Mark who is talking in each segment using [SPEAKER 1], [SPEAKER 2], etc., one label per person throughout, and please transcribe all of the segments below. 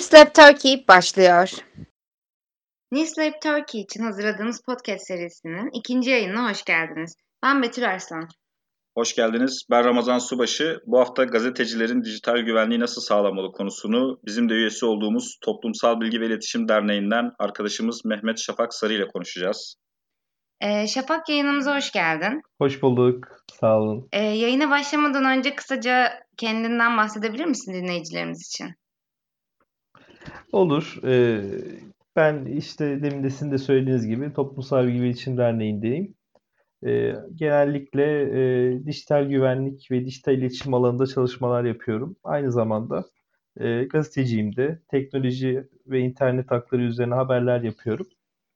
[SPEAKER 1] Newslab Turkey başlıyor. Newslab Turkey için hazırladığımız podcast serisinin ikinci yayınına hoş geldiniz. Ben Betül Arslan.
[SPEAKER 2] Hoş geldiniz. Ben Ramazan Subaşı. Bu hafta gazetecilerin dijital güvenliği nasıl sağlamalı konusunu bizim de üyesi olduğumuz Toplumsal Bilgi ve İletişim Derneği'nden arkadaşımız Mehmet Şafak Sarı ile konuşacağız.
[SPEAKER 1] Şafak, yayınımıza hoş geldin.
[SPEAKER 3] Hoş bulduk. Sağ olun.
[SPEAKER 1] Yayına başlamadan önce kısaca kendinden bahsedebilir misin dinleyicilerimiz için?
[SPEAKER 3] Olur. Ben işte demin de sizin de söylediğiniz gibi Toplumsal Bilgi ve İletişim Derneği'ndeyim. Genellikle dijital güvenlik ve dijital iletişim alanında çalışmalar yapıyorum. Aynı zamanda gazeteciyim de. Teknoloji ve internet hakları üzerine haberler yapıyorum.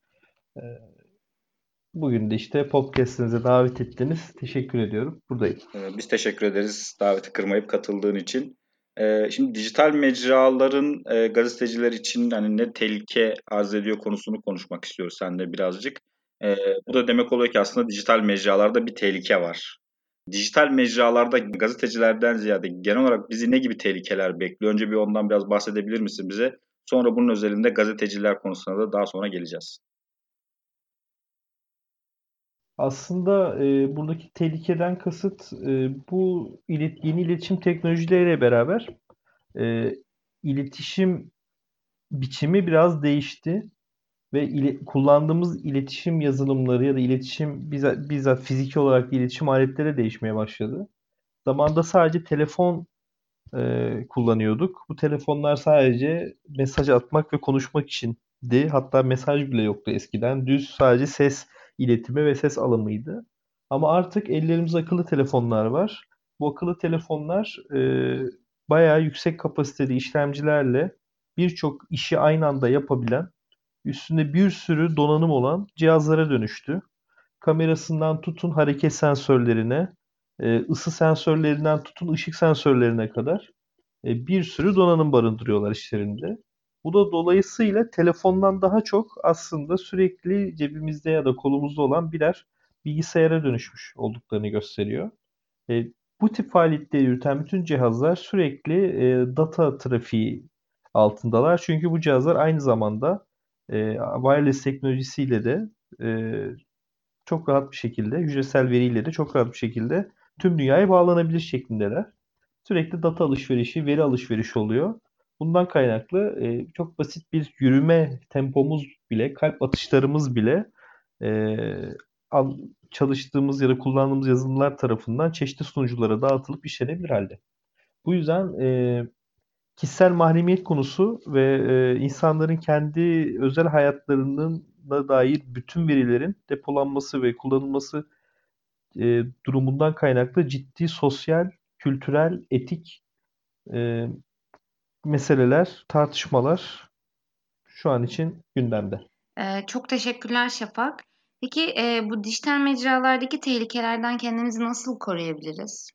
[SPEAKER 3] Bugün de işte podcast'inize davet ettiniz. Teşekkür ediyorum. Buradayım.
[SPEAKER 2] Biz teşekkür ederiz daveti kırmayıp katıldığın için. Şimdi dijital mecraların gazeteciler için hani ne tehlike arz ediyor konusunu konuşmak istiyoruz seninle birazcık. Bu da demek oluyor ki aslında dijital mecralarda bir tehlike var. Dijital mecralarda gazetecilerden ziyade genel olarak bizi ne gibi tehlikeler bekliyor? Önce bir ondan biraz bahsedebilir misin bize? Sonra bunun özelinde gazeteciler konusuna da daha sonra geleceğiz.
[SPEAKER 3] Aslında buradaki tehlikeden kasıt bu yeni iletişim teknolojileriyle beraber e, iletişim biçimi biraz değişti ve kullandığımız iletişim yazılımları ya da iletişim bizzat fiziki olarak iletişim aletleri değişmeye başladı. Zamanında sadece telefon kullanıyorduk. Bu telefonlar sadece mesaj atmak ve konuşmak içindi. Hatta mesaj bile yoktu eskiden. Düz sadece ses iletimi ve ses alımıydı. Ama artık ellerimizde akıllı telefonlar var. Bu akıllı telefonlar bayağı yüksek kapasiteli işlemcilerle birçok işi aynı anda yapabilen, üstünde bir sürü donanım olan cihazlara dönüştü. Kamerasından tutun hareket sensörlerine, ısı sensörlerinden tutun ışık sensörlerine kadar bir sürü donanım barındırıyorlar işlerinde. Bu da dolayısıyla telefondan daha çok aslında sürekli cebimizde ya da kolumuzda olan birer bilgisayara dönüşmüş olduklarını gösteriyor. E, Bu tip faaliyetleri yürüten bütün cihazlar sürekli data trafiği altındalar. Çünkü bu cihazlar aynı zamanda wireless teknolojisiyle de e, çok rahat bir şekilde, hücresel veriyle de çok rahat bir şekilde tüm dünyaya bağlanabilir şeklindeler. Sürekli data alışverişi, veri alışverişi oluyor. Bundan kaynaklı çok basit bir yürüme tempomuz bile, kalp atışlarımız bile e, çalıştığımız ya da kullandığımız yazılımlar tarafından çeşitli sunuculara dağıtılıp işlenebilir halde. Bu yüzden kişisel mahremiyet konusu ve insanların kendi özel hayatlarının da dair bütün verilerin depolanması ve kullanılması durumundan kaynaklı ciddi sosyal, kültürel, etik e, meseleler, tartışmalar şu an için gündemde.
[SPEAKER 1] Çok teşekkürler Şafak. Peki bu dijital mecralardaki tehlikelerden kendimizi nasıl koruyabiliriz?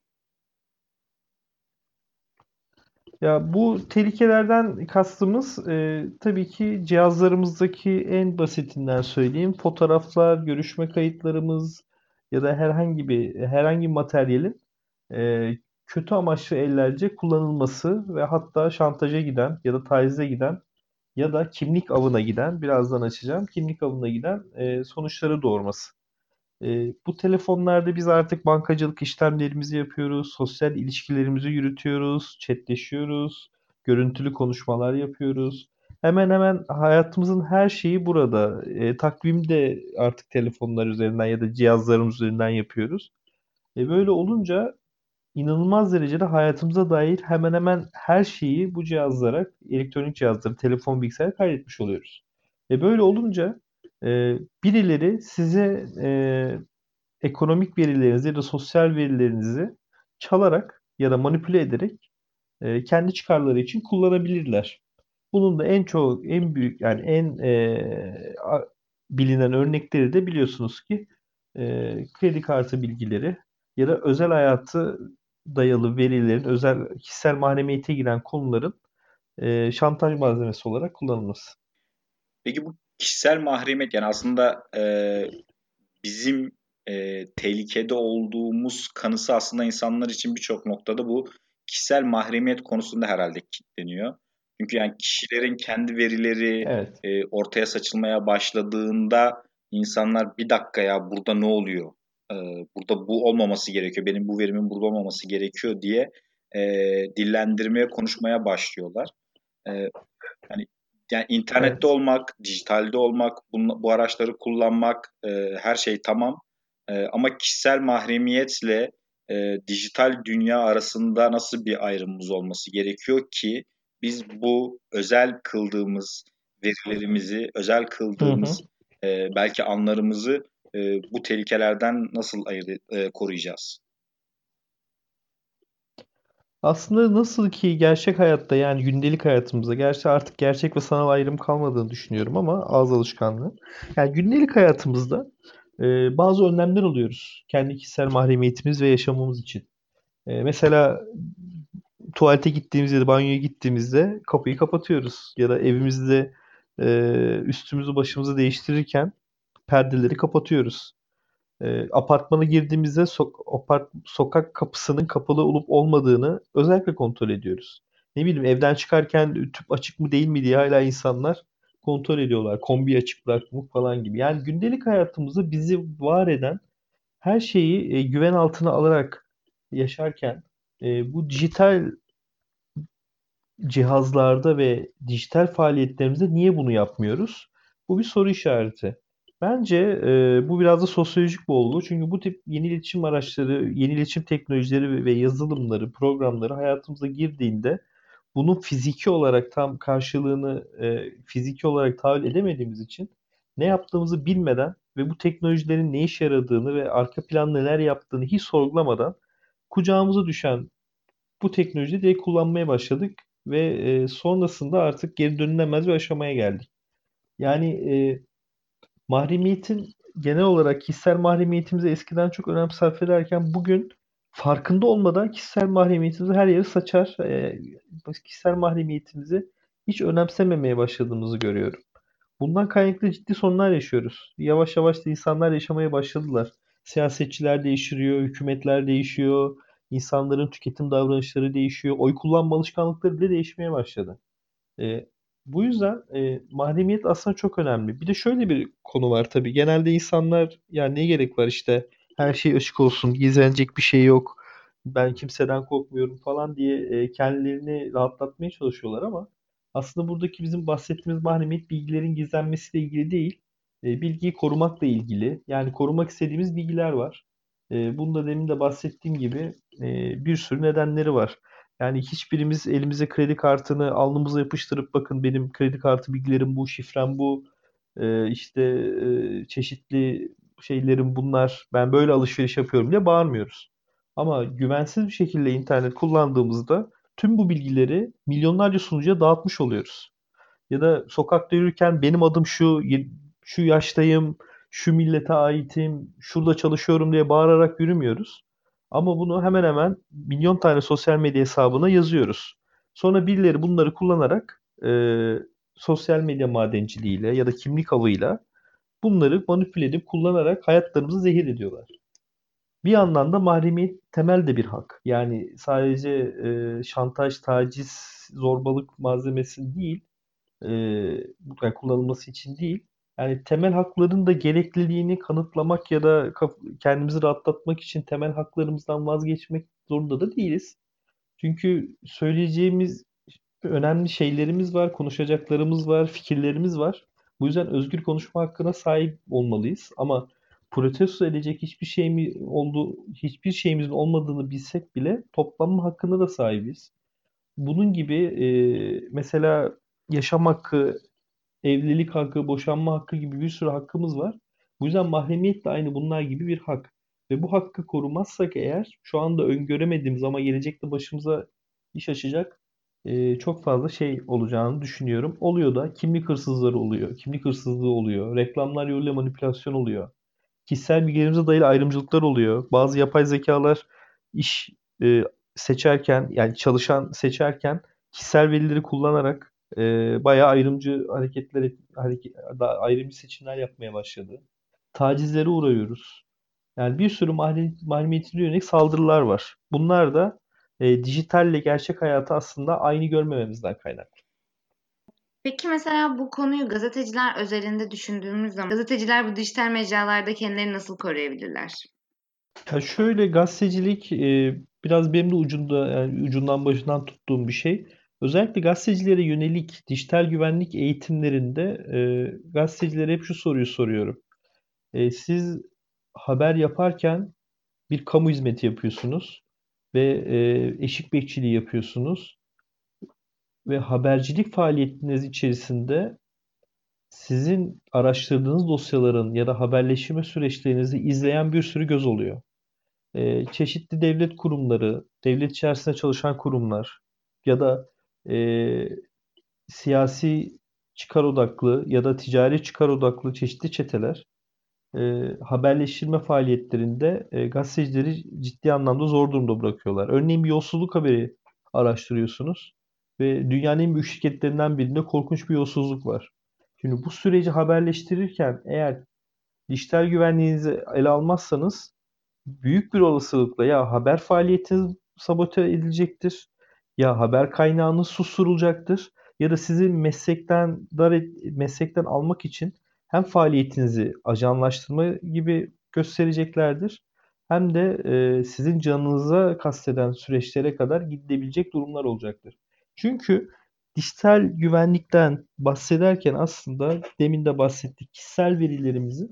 [SPEAKER 3] Ya bu tehlikelerden kastımız tabii ki cihazlarımızdaki en basitinden söyleyeyim fotoğraflar, görüşme kayıtlarımız ya da herhangi bir materyalin e, kötü amaçlı ellerce kullanılması ve hatta şantaja giden ya da tacize giden ya da kimlik avına giden, birazdan açacağım, kimlik avına giden sonuçları doğurması. Bu telefonlarda biz artık bankacılık işlemlerimizi yapıyoruz, sosyal ilişkilerimizi yürütüyoruz, chatleşiyoruz, görüntülü konuşmalar yapıyoruz. Hemen hemen hayatımızın her şeyi burada. Takvim de artık telefonlar üzerinden ya da cihazlarımız üzerinden yapıyoruz. Böyle olunca inanılmaz derecede hayatımıza dair hemen hemen her şeyi bu cihazlara, elektronik cihazlara, telefon, bilgisayara kaydetmiş oluyoruz. Böyle olunca birileri size ekonomik verilerinizi ya da sosyal verilerinizi çalarak ya da manipüle ederek kendi çıkarları için kullanabilirler. Bunun da en büyük yani bilinen örnekleri de biliyorsunuz ki kredi kartı bilgileri ya da özel hayatı dayalı verilerin, özel kişisel mahremiyete giren konuların şantaj malzemesi olarak kullanılması.
[SPEAKER 2] Peki bu kişisel mahremiyet yani aslında bizim tehlikede olduğumuz kanısı aslında insanlar için birçok noktada bu kişisel mahremiyet konusunda herhalde kilitleniyor. Çünkü yani kişilerin kendi verileri
[SPEAKER 3] Evet.
[SPEAKER 2] ortaya saçılmaya başladığında insanlar bir dakika ya burada ne oluyor? Burada bu olmaması gerekiyor. Benim bu verimin burada olmaması gerekiyor diye dillendirmeye, konuşmaya başlıyorlar. E, yani, yani internette
[SPEAKER 3] Evet.
[SPEAKER 2] olmak, dijitalde olmak, bu araçları kullanmak her şey tamam. Ama kişisel mahremiyetle dijital dünya arasında nasıl bir ayrımımız olması gerekiyor ki biz bu özel kıldığımız verilerimizi, özel
[SPEAKER 3] Hı hı.
[SPEAKER 2] kıldığımız belki anlarımızı bu tehlikelerden nasıl koruyacağız?
[SPEAKER 3] Aslında nasıl ki gerçek hayatta yani gündelik hayatımızda gerçi artık gerçek ve sanal ayrım kalmadığını düşünüyorum ama ağız alışkanlığı. Yani gündelik hayatımızda bazı önlemler alıyoruz. Kendi kişisel mahremiyetimiz ve yaşamımız için. Mesela tuvalete gittiğimizde ya da banyoya gittiğimizde kapıyı kapatıyoruz. Ya da evimizde üstümüzü başımızı değiştirirken perdeleri kapatıyoruz. Apartmana girdiğimizde sokak kapısının kapalı olup olmadığını özellikle kontrol ediyoruz. Ne bileyim evden çıkarken tüp açık mı değil mi diye hala insanlar kontrol ediyorlar. Kombi açık bırak mı falan gibi. Yani gündelik hayatımızda bizi var eden her şeyi güven altına alarak yaşarken bu dijital cihazlarda ve dijital faaliyetlerimizde niye bunu yapmıyoruz? Bu bir soru işareti. Bence bu biraz da sosyolojik bir olgu. Çünkü bu tip yeni iletişim araçları, yeni iletişim teknolojileri ve yazılımları, programları hayatımıza girdiğinde bunun fiziki olarak tam karşılığını fiziki olarak tahayyül edemediğimiz için ne yaptığımızı bilmeden ve bu teknolojilerin ne işe yaradığını ve arka plan neler yaptığını hiç sorgulamadan kucağımıza düşen bu teknolojiyi direkt kullanmaya başladık ve sonrasında artık geri dönülemez bir aşamaya geldik. Yani mahremiyetin genel olarak kişisel mahremiyetimize eskiden çok önem sarf ederken bugün farkında olmadan kişisel mahremiyetimizi her yere saçar, kişisel mahremiyetimizi hiç önemsememeye başladığımızı görüyorum. Bundan kaynaklı ciddi sorunlar yaşıyoruz. Yavaş yavaş da insanlar yaşamaya başladılar. Siyasetçiler değişiyor, hükümetler değişiyor, insanların tüketim davranışları değişiyor, oy kullanma alışkanlıkları bile değişmeye başladı. E, Bu yüzden mahremiyet aslında çok önemli. Bir de şöyle bir konu var tabii. Genelde insanlar ya ne gerek var işte her şey açık olsun, gizlenecek bir şey yok, ben kimseden korkmuyorum falan diye kendilerini rahatlatmaya çalışıyorlar ama aslında buradaki bizim bahsettiğimiz mahremiyet bilgilerin gizlenmesiyle ilgili değil, bilgiyi korumakla ilgili. Yani korumak istediğimiz bilgiler var. Bunu da demin de bahsettiğim gibi bir sürü nedenleri var. Yani hiçbirimiz elimize kredi kartını alnımıza yapıştırıp bakın benim kredi kartı bilgilerim bu, şifrem bu, işte çeşitli şeylerim bunlar, ben böyle alışveriş yapıyorum diye bağırmıyoruz. Ama güvensiz bir şekilde internet kullandığımızda tüm bu bilgileri milyonlarca sunucuya dağıtmış oluyoruz. Ya da sokakta yürürken benim adım şu, şu yaştayım, şu millete aitim, şurada çalışıyorum diye bağırarak yürümüyoruz. Ama bunu hemen hemen milyon tane sosyal medya hesabına yazıyoruz. Sonra birileri bunları kullanarak sosyal medya madenciliğiyle ya da kimlik avıyla bunları manipüle edip kullanarak hayatlarımızı zehir ediyorlar. Bir yandan da mahremiyet temel de bir hak. Yani sadece şantaj, taciz, zorbalık malzemesi değil, yani kullanılması için değil. Yani temel hakların da gerekliliğini kanıtlamak ya da kendimizi rahatlatmak için temel haklarımızdan vazgeçmek zorunda da değiliz. Çünkü söyleyeceğimiz önemli şeylerimiz var, konuşacaklarımız var, fikirlerimiz var. Bu yüzden özgür konuşma hakkına sahip olmalıyız. Ama protesto edecek hiçbir şeyimizin olmadığını bilsek bile toplanma hakkına da sahibiz. Bunun gibi mesela yaşam hakkı, evlilik hakkı, boşanma hakkı gibi bir sürü hakkımız var. Bu yüzden mahremiyet de aynı bunlar gibi bir hak. Ve bu hakkı korumazsak eğer şu anda öngöremediğimiz ama gelecekte başımıza iş açacak çok fazla şey olacağını düşünüyorum. Oluyor da kimlik hırsızları oluyor, kimlik hırsızlığı oluyor, reklamlar yoluyla manipülasyon oluyor. Kişisel bilgilerimize dair ayrımcılıklar oluyor. Bazı yapay zekalar iş e, seçerken yani çalışan seçerken kişisel verileri kullanarak bayağı ayrımcı ayrımcı seçimler yapmaya başladı. Tacizlere uğruyoruz. Yani bir sürü mahremiyetine yönelik saldırılar var. Bunlar da dijitalle gerçek hayatı aslında aynı görmememizden kaynaklı.
[SPEAKER 1] Peki mesela bu konuyu gazeteciler özelinde düşündüğümüz zaman gazeteciler bu dijital mecralarda kendilerini nasıl koruyabilirler?
[SPEAKER 3] Ya şöyle gazetecilik biraz benim de ucundan başından tuttuğum bir şey. Özellikle gazetecilere yönelik dijital güvenlik eğitimlerinde gazetecilere hep şu soruyu soruyorum. Siz haber yaparken bir kamu hizmeti yapıyorsunuz ve eşik bekçiliği yapıyorsunuz ve habercilik faaliyetiniz içerisinde sizin araştırdığınız dosyaların ya da haberleşme süreçlerinizi izleyen bir sürü göz oluyor. Çeşitli devlet kurumları, devlet içerisinde çalışan kurumlar ya da e, siyasi çıkar odaklı ya da ticari çıkar odaklı çeşitli çeteler haberleştirme faaliyetlerinde gazetecileri ciddi anlamda zor durumda bırakıyorlar. Örneğin bir yolsuzluk haberi araştırıyorsunuz ve dünyanın en büyük şirketlerinden birinde korkunç bir yolsuzluk var. Şimdi bu süreci haberleştirirken eğer dijital güvenliğinizi ele almazsanız büyük bir olasılıkla ya haber faaliyetiniz sabote edilecektir, ya haber kaynağınız susturulacaktır ya da sizi meslekten almak için hem faaliyetinizi ajanlaştırma gibi göstereceklerdir hem de sizin canınıza kasteden süreçlere kadar gidebilecek durumlar olacaktır. Çünkü dijital güvenlikten bahsederken aslında demin de bahsettik kişisel verilerimizi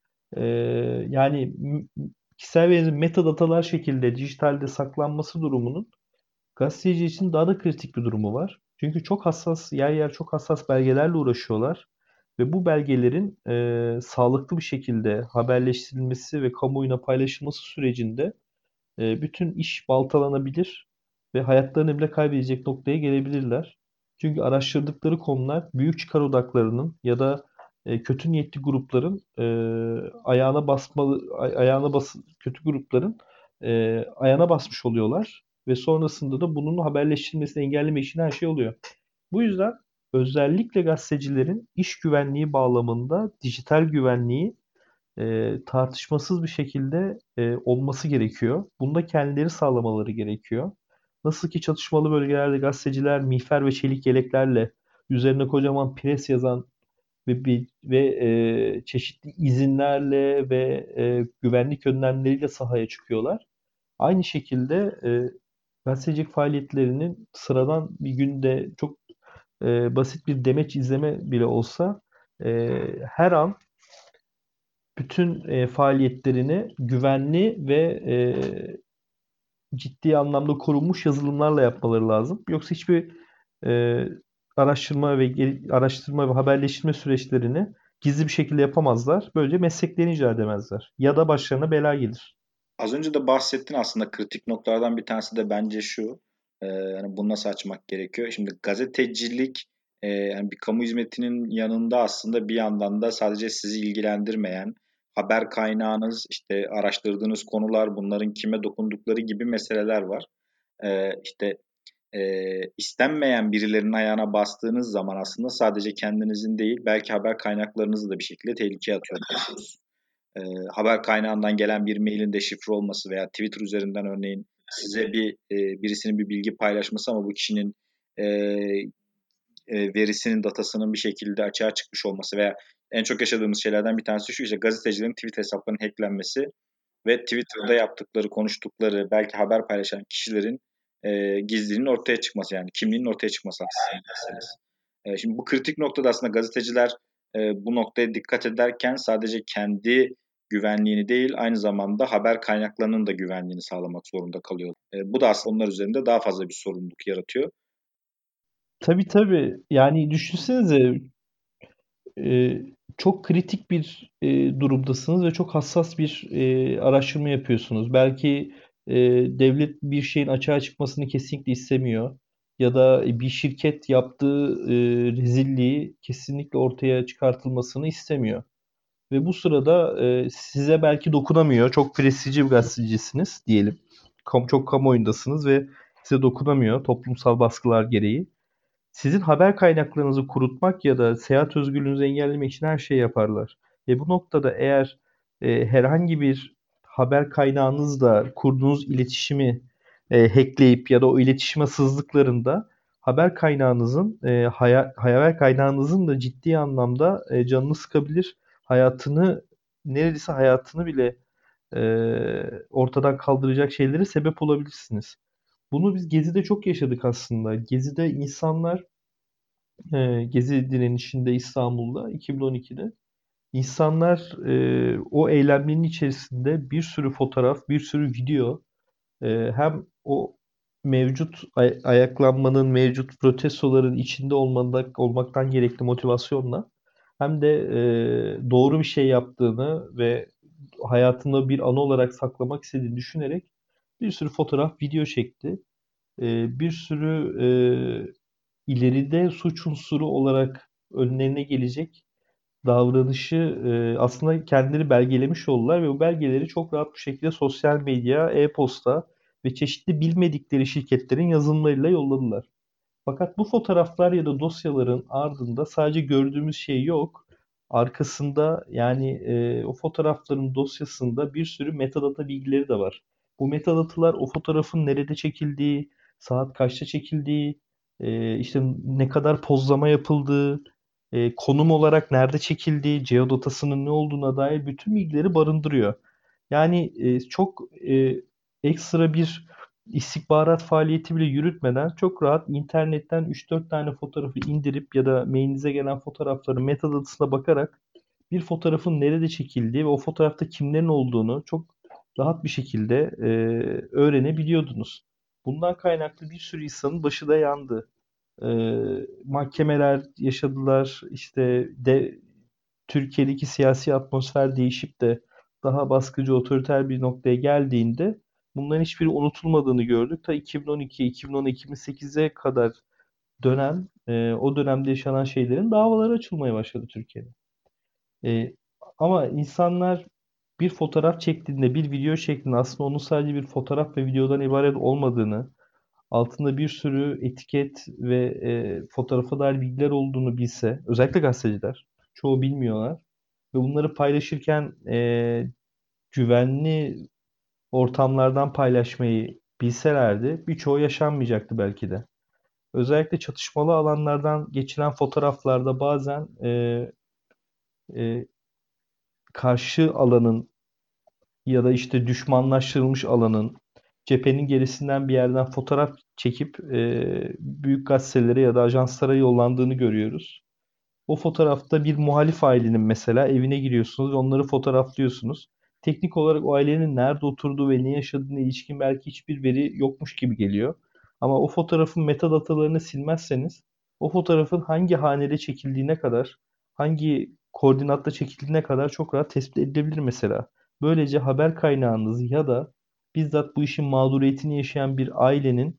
[SPEAKER 3] yani kişisel verimizin metadatalar şekilde dijitalde saklanması durumunun gazeteci için daha da kritik bir durumu var. Çünkü çok hassas, yer yer çok hassas belgelerle uğraşıyorlar ve bu belgelerin sağlıklı bir şekilde haberleştirilmesi ve kamuoyuna paylaşılması sürecinde bütün iş baltalanabilir ve hayatlarını bile kaybedecek noktaya gelebilirler. Çünkü araştırdıkları konular büyük çıkar odaklarının ya da kötü niyetli grupların kötü grupların ayağına basmış oluyorlar ve sonrasında da bunun haberleştirilmesini engellemek için her şey oluyor. Bu yüzden özellikle gazetecilerin iş güvenliği bağlamında dijital güvenliği tartışmasız bir şekilde olması gerekiyor. Bunu da kendileri sağlamaları gerekiyor. Nasıl ki çatışmalı bölgelerde gazeteciler miğfer ve çelik yeleklerle üzerine kocaman pres yazan ve çeşitli izinlerle ve güvenlik önlemleriyle sahaya çıkıyorlar. Aynı şekilde gazetecilik faaliyetlerinin sıradan bir günde çok basit bir demeç izleme bile olsa her an bütün faaliyetlerini güvenli ve ciddi anlamda korunmuş yazılımlarla yapmaları lazım. Yoksa hiçbir e, araştırma ve haberleştirme süreçlerini gizli bir şekilde yapamazlar. Böylece mesleklerini icra edemezler. Ya da başlarına bela gelir.
[SPEAKER 2] Az önce de bahsettin aslında kritik noktalardan bir tanesi de bence şu. Yani bunu nasıl açmak gerekiyor? Şimdi gazetecilik yani bir kamu hizmetinin yanında aslında bir yandan da sadece sizi ilgilendirmeyen haber kaynağınız, işte araştırdığınız konular, bunların kime dokundukları gibi meseleler var. İşte istenmeyen birilerinin ayağına bastığınız zaman aslında sadece kendinizin değil belki haber kaynaklarınızı da bir şekilde tehlikeye atıyorsunuz. Haber kaynağından gelen bir mailin de şifre olması veya Twitter üzerinden örneğin size birisinin bir bilgi paylaşması ama bu kişinin verisinin, datasının bir şekilde açığa çıkmış olması veya en çok yaşadığımız şeylerden bir tanesi şu, işte gazetecilerin Twitter hesaplarının hacklenmesi ve Twitter'da yaptıkları, konuştukları, belki haber paylaşan kişilerin gizliliğinin ortaya çıkması, yani kimliğinin ortaya çıkması aslında. Şimdi bu kritik noktada aslında gazeteciler bu noktaya dikkat ederken sadece kendi güvenliğini değil aynı zamanda haber kaynaklarının da güvenliğini sağlamak zorunda kalıyor. Bu da aslında onlar üzerinde daha fazla bir sorumluluk yaratıyor.
[SPEAKER 3] Tabii. Yani düşünsenize çok kritik bir durumdasınız ve çok hassas bir araştırma yapıyorsunuz. Belki devlet bir şeyin açığa çıkmasını kesinlikle istemiyor. Ya da bir şirket yaptığı rezilliği kesinlikle ortaya çıkartılmasını istemiyor. Ve bu sırada size belki dokunamıyor. Çok prestijli bir gazetecisiniz diyelim. Çok kamuoyundasınız ve size dokunamıyor toplumsal baskılar gereği. Sizin haber kaynaklarınızı kurutmak ya da seyahat özgürlüğünüzü engellemek için her şeyi yaparlar. Ve bu noktada eğer herhangi bir haber kaynağınızla kurduğunuz iletişimi hackleyip ya da o iletişime sızdıklarında haber kaynağınızın haber kaynağınızın da ciddi anlamda canını sıkabilir. Neredeyse hayatını bile ortadan kaldıracak şeylere sebep olabilirsiniz. Bunu biz Gezi'de çok yaşadık aslında. Gezi'de insanlar Gezi direnişinde İstanbul'da 2012'de insanlar o eylemlerin içerisinde bir sürü fotoğraf, bir sürü video hem o mevcut ayaklanmanın, mevcut protestoların içinde olmaktan gerekli motivasyonla hem de doğru bir şey yaptığını ve hayatında bir anı olarak saklamak istediğini düşünerek bir sürü fotoğraf, video çekti. Bir sürü ileride suç unsuru olarak önlerine gelecek davranışı aslında kendileri belgelemiş oldular ve bu belgeleri çok rahat bir şekilde sosyal medya, e-posta ve çeşitli bilmedikleri şirketlerin yazılımlarıyla yolladılar. Fakat bu fotoğraflar ya da dosyaların ardında sadece gördüğümüz şey yok. Arkasında yani o fotoğrafların dosyasında bir sürü metadata bilgileri de var. Bu metadatalar o fotoğrafın nerede çekildiği, saat kaçta çekildiği, işte ne kadar pozlama yapıldığı, konum olarak nerede çekildiği, geodatasının ne olduğuna dair bütün bilgileri barındırıyor. Yani çok ekstra bir istihbarat faaliyeti bile yürütmeden çok rahat internetten 3-4 tane fotoğrafı indirip ya da mailinize gelen fotoğrafların metadatasına bakarak bir fotoğrafın nerede çekildiği ve o fotoğrafta kimlerin olduğunu çok rahat bir şekilde öğrenebiliyordunuz. Bundan kaynaklı bir sürü insanın başı da yandı. Mahkemeler yaşadılar. İşte Türkiye'deki siyasi atmosfer değişip de daha baskıcı, otoriter bir noktaya geldiğinde bunların hiçbiri unutulmadığını gördük. Ta 2012, 2010, 2008'e kadar o dönemde yaşanan şeylerin davaları açılmaya başladı Türkiye'de. Ama insanlar bir fotoğraf çektiğinde, bir video çektiğinde aslında onun sadece bir fotoğraf ve videodan ibaret olmadığını, altında bir sürü etiket ve fotoğrafa dair bilgiler olduğunu bilse, özellikle gazeteciler, çoğu bilmiyorlar ve bunları paylaşırken güvenli ortamlardan paylaşmayı bilselerdi birçoğu yaşanmayacaktı belki de. Özellikle çatışmalı alanlardan geçilen fotoğraflarda bazen e, karşı alanın ya da işte düşmanlaştırılmış alanın cephenin gerisinden bir yerden fotoğraf çekip büyük gazetelere ya da ajanslara yollandığını görüyoruz. O fotoğrafta bir muhalif ailenin mesela evine giriyorsunuz ve onları fotoğraflıyorsunuz. Teknik olarak o ailenin nerede oturduğu ve ne yaşadığına ilişkin belki hiçbir veri yokmuş gibi geliyor. Ama o fotoğrafın metadatalarını silmezseniz o fotoğrafın hangi hanede çekildiğine kadar, hangi koordinatta çekildiğine kadar çok rahat tespit edilebilir mesela. Böylece haber kaynağınız ya da bizzat bu işin mağduriyetini yaşayan bir ailenin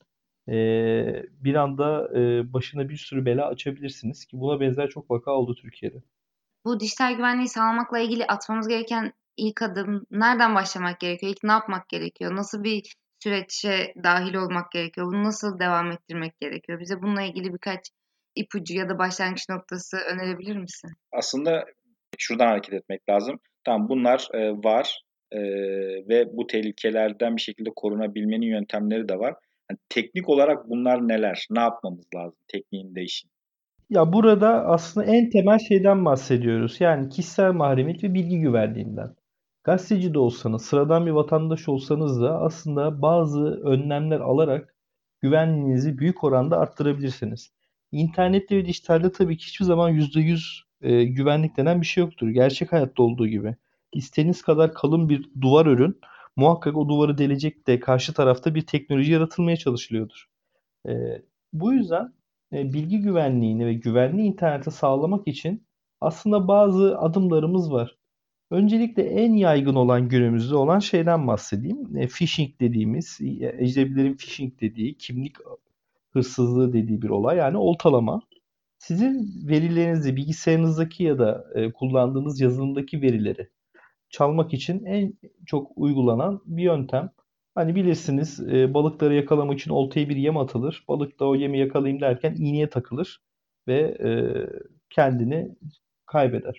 [SPEAKER 3] bir anda başına bir sürü bela açabilirsiniz ki buna benzer çok vaka oldu Türkiye'de.
[SPEAKER 1] Bu dijital güvenliği sağlamakla ilgili atmamız gereken ilk adım nereden başlamak gerekiyor? İlk ne yapmak gerekiyor? Nasıl bir süreçe dahil olmak gerekiyor? Bunu nasıl devam ettirmek gerekiyor? Bize bununla ilgili birkaç ipucu ya da başlangıç noktası önerebilir misin?
[SPEAKER 2] Aslında şuradan hareket etmek lazım. Tamam, bunlar var ve bu tehlikelerden bir şekilde korunabilmenin yöntemleri de var. Yani teknik olarak bunlar neler? Ne yapmamız lazım tekniğin değişimi?
[SPEAKER 3] Ya burada aslında en temel şeyden bahsediyoruz. Yani kişisel mahremiyet ve bilgi güvenliğinden. Gazeteci de olsanız, sıradan bir vatandaş olsanız da aslında bazı önlemler alarak güvenliğinizi büyük oranda arttırabilirsiniz. İnternette ve dijitalde tabii ki hiçbir zaman %100 güvenlik denen bir şey yoktur. Gerçek hayatta olduğu gibi. İstediğiniz kadar kalın bir duvar örün, muhakkak o duvarı delecek de karşı tarafta bir teknoloji yaratılmaya çalışılıyordur. Bu yüzden bilgi güvenliğini ve güvenli interneti sağlamak için aslında bazı adımlarımız var. Öncelikle en yaygın olan günümüzde olan şeyden bahsedeyim. Phishing dediğimiz, ecnebilerin phishing dediği, kimlik hırsızlığı dediği bir olay. Yani oltalama. Sizin verilerinizi, bilgisayarınızdaki ya da kullandığınız yazılımdaki verileri çalmak için en çok uygulanan bir yöntem. Hani bilirsiniz balıkları yakalamak için oltaya bir yem atılır. Balık da o yemi yakalayayım derken iğneye takılır ve kendini kaybeder.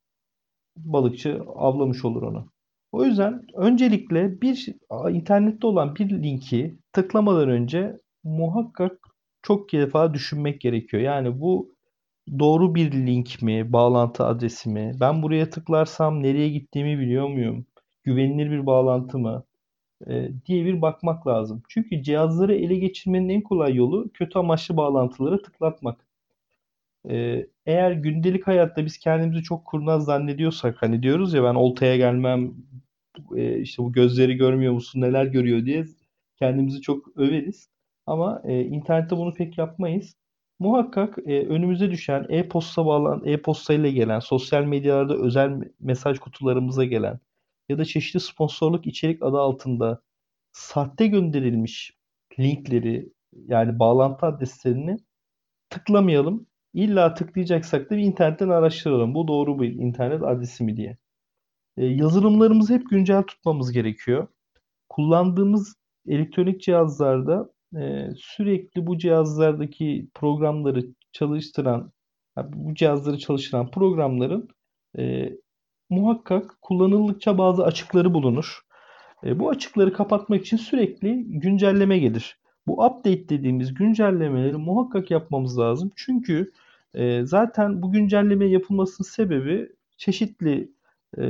[SPEAKER 3] Balıkçı avlamış olur onu. O yüzden öncelikle internette olan bir linki tıklamadan önce muhakkak çok defa düşünmek gerekiyor. Yani bu doğru bir link mi, bağlantı adresi mi? Ben buraya tıklarsam nereye gittiğimi biliyor muyum? Güvenilir bir bağlantı mı? Diye bir bakmak lazım. Çünkü cihazları ele geçirmenin en kolay yolu kötü amaçlı bağlantılara tıklatmak. Eğer gündelik hayatta biz kendimizi çok kurnaz zannediyorsak, hani diyoruz ya ben oltaya gelmem, işte bu gözleri görmüyor musun, neler görüyor diye kendimizi çok överiz. Ama internette bunu pek yapmayız. Muhakkak önümüze düşen e-posta ile gelen, sosyal medyalarda özel mesaj kutularımıza gelen ya da çeşitli sponsorluk içerik adı altında sahte gönderilmiş linkleri, yani bağlantı adreslerini tıklamayalım. İlla tıklayacaksak da bir internetten araştıralım. Bu doğru bir internet adresi mi diye. Yazılımlarımızı hep güncel tutmamız gerekiyor. Kullandığımız elektronik cihazlarda sürekli bu cihazlardaki programları çalıştıran, bu cihazları çalıştıran programların e, muhakkak kullanıldıkça bazı açıkları bulunur. Bu açıkları kapatmak için sürekli güncelleme gelir. Bu update dediğimiz güncellemeleri muhakkak yapmamız lazım. Çünkü zaten bu güncelleme yapılmasının sebebi çeşitli e,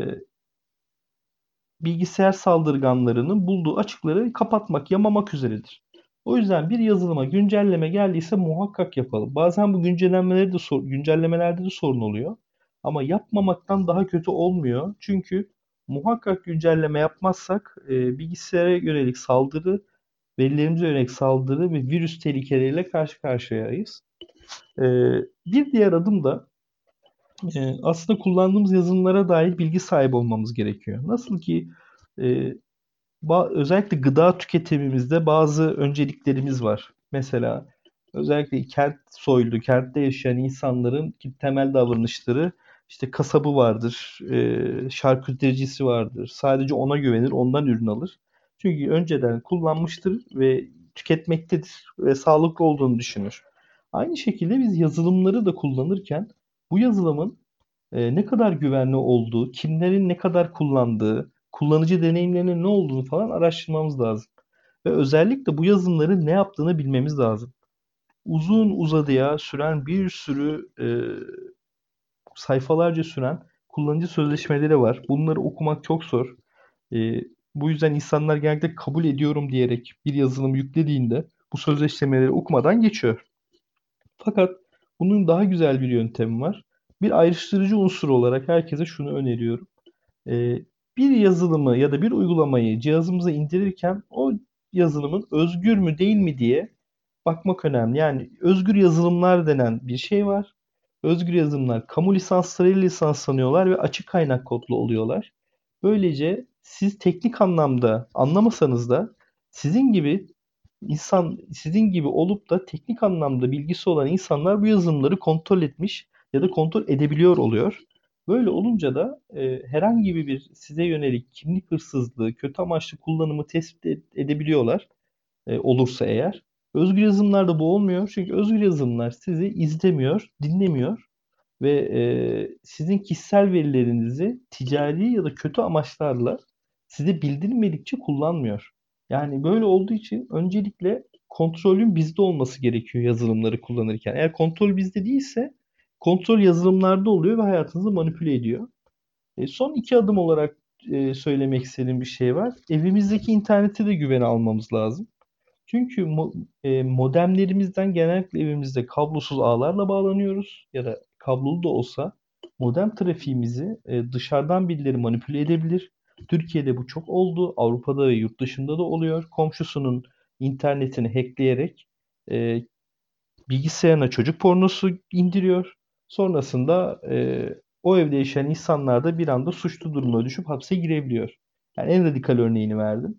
[SPEAKER 3] bilgisayar saldırganlarının bulduğu açıkları kapatmak, yamamak üzeredir. O yüzden bir yazılıma güncelleme geldiyse muhakkak yapalım. Bazen bu güncellemelerde de sorun oluyor. Ama yapmamaktan daha kötü olmuyor. Çünkü muhakkak güncelleme yapmazsak bilgisayara yönelik saldırı, verilerimize yönelik saldırı ve virüs tehlikeleriyle karşı karşıyayız. E, Bir diğer adım da aslında kullandığımız yazılımlara dair bilgi sahibi olmamız gerekiyor. Nasıl ki e, özellikle gıda tüketimimizde bazı önceliklerimiz var. Mesela özellikle kentte yaşayan insanların ki temel davranışları işte kasabı vardır, şarkütericisi vardır. Sadece ona güvenir, ondan ürün alır. Çünkü önceden kullanmıştır ve tüketmektedir ve sağlıklı olduğunu düşünür. Aynı şekilde biz yazılımları da kullanırken bu yazılımın ne kadar güvenli olduğu, kimlerin ne kadar kullandığı, kullanıcı deneyimlerinin ne olduğunu falan araştırmamız lazım. Ve özellikle bu yazılımların ne yaptığını bilmemiz lazım. Uzun uzadıya süren bir sürü sayfalarca süren kullanıcı sözleşmeleri var. Bunları okumak çok zor. E, Bu yüzden insanlar genellikle kabul ediyorum diyerek bir yazılım yüklediğinde bu sözleşmeleri okumadan geçiyor. Fakat bunun daha güzel bir yöntemi var. Bir ayrıştırıcı unsur olarak herkese şunu öneriyorum. Ee, Bir yazılımı ya da bir uygulamayı cihazımıza indirirken o yazılımın özgür mü değil mi diye bakmak önemli. Yani özgür yazılımlar denen bir şey var. Özgür yazılımlar kamu lisanslarıyla lisanslanıyorlar ve açık kaynak kodlu oluyorlar. Böylece siz teknik anlamda anlamasanız da sizin gibi sizin gibi olup da teknik anlamda bilgisi olan insanlar bu yazılımları kontrol etmiş ya da kontrol edebiliyor oluyor. Böyle olunca da herhangi bir size yönelik kimlik hırsızlığı, kötü amaçlı kullanımı tespit edebiliyorlar olursa eğer. Özgür yazılımlarda bu olmuyor. Çünkü özgür yazılımlar sizi izlemiyor, dinlemiyor ve sizin kişisel verilerinizi ticari ya da kötü amaçlarla size bildirilmedikçe kullanmıyor. Yani böyle olduğu için öncelikle kontrolün bizde olması gerekiyor yazılımları kullanırken. Eğer kontrol bizde değilse kontrol yazılımlarda oluyor ve hayatınızı manipüle ediyor. Son iki adım olarak söylemek istediğim bir şey var. Evimizdeki internete de güven almamız lazım. Çünkü modemlerimizden genellikle evimizde kablosuz ağlarla bağlanıyoruz ya da kablolu da olsa modem trafiğimizi dışarıdan birileri manipüle edebilir. Türkiye'de bu çok oldu. Avrupa'da ve yurt dışında da oluyor. Komşusunun internetini hackleyerek e, bilgisayarına çocuk pornosu indiriyor. Sonrasında o evde yaşayan insanlar da bir anda suçlu durumuna düşüp hapse girebiliyor. Yani en radikal örneğini verdim.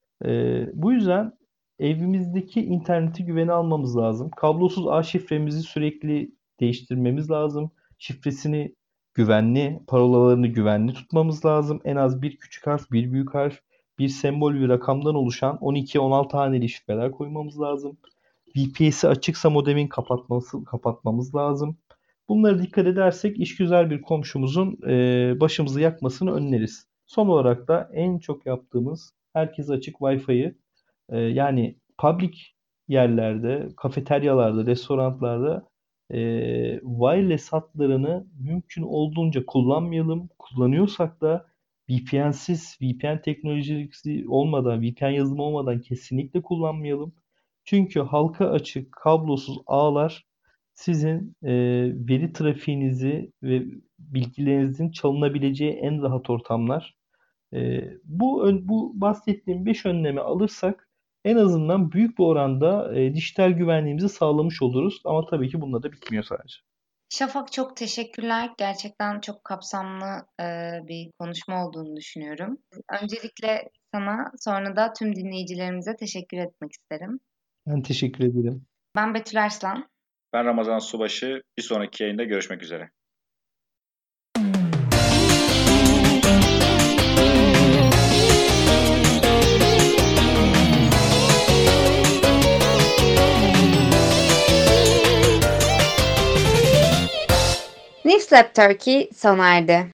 [SPEAKER 3] Bu yüzden evimizdeki interneti güvene almamız lazım. Kablosuz ağ şifremizi sürekli değiştirmemiz lazım. Şifresini güvenli, parolalarını güvenli tutmamız lazım. En az bir küçük harf, bir büyük harf, bir sembol ve rakamdan oluşan 12-16 haneli şifreler koymamız lazım. VPS'i açıksa modemin kapatmamız lazım. Bunlara dikkat edersek işgüzar bir komşumuzun başımızı yakmasını önleriz. Son olarak da en çok yaptığımız herkese açık Wi-Fi'yi yani public yerlerde, kafeteryalarda, restoranlarda wireless hatlarını mümkün olduğunca kullanmayalım. Kullanıyorsak da VPN'siz, VPN teknolojisi olmadan, VPN yazılımı olmadan kesinlikle kullanmayalım. Çünkü halka açık, kablosuz ağlar sizin veri trafiğinizi ve bilgilerinizin çalınabileceği en rahat ortamlar. Bu bahsettiğim 5 önlemi alırsak en azından büyük bir oranda dijital güvenliğimizi sağlamış oluruz. Ama tabii ki bununla da bitmiyor sadece.
[SPEAKER 1] Şafak, çok teşekkürler. Gerçekten çok kapsamlı bir konuşma olduğunu düşünüyorum. Öncelikle sana, sonra da tüm dinleyicilerimize teşekkür etmek isterim.
[SPEAKER 3] Ben teşekkür ederim.
[SPEAKER 1] Ben Betül Arslan.
[SPEAKER 2] Ben Ramazan Subaşı. Bir sonraki yayında görüşmek üzere.
[SPEAKER 4] Nifslab Turkey sona erdi.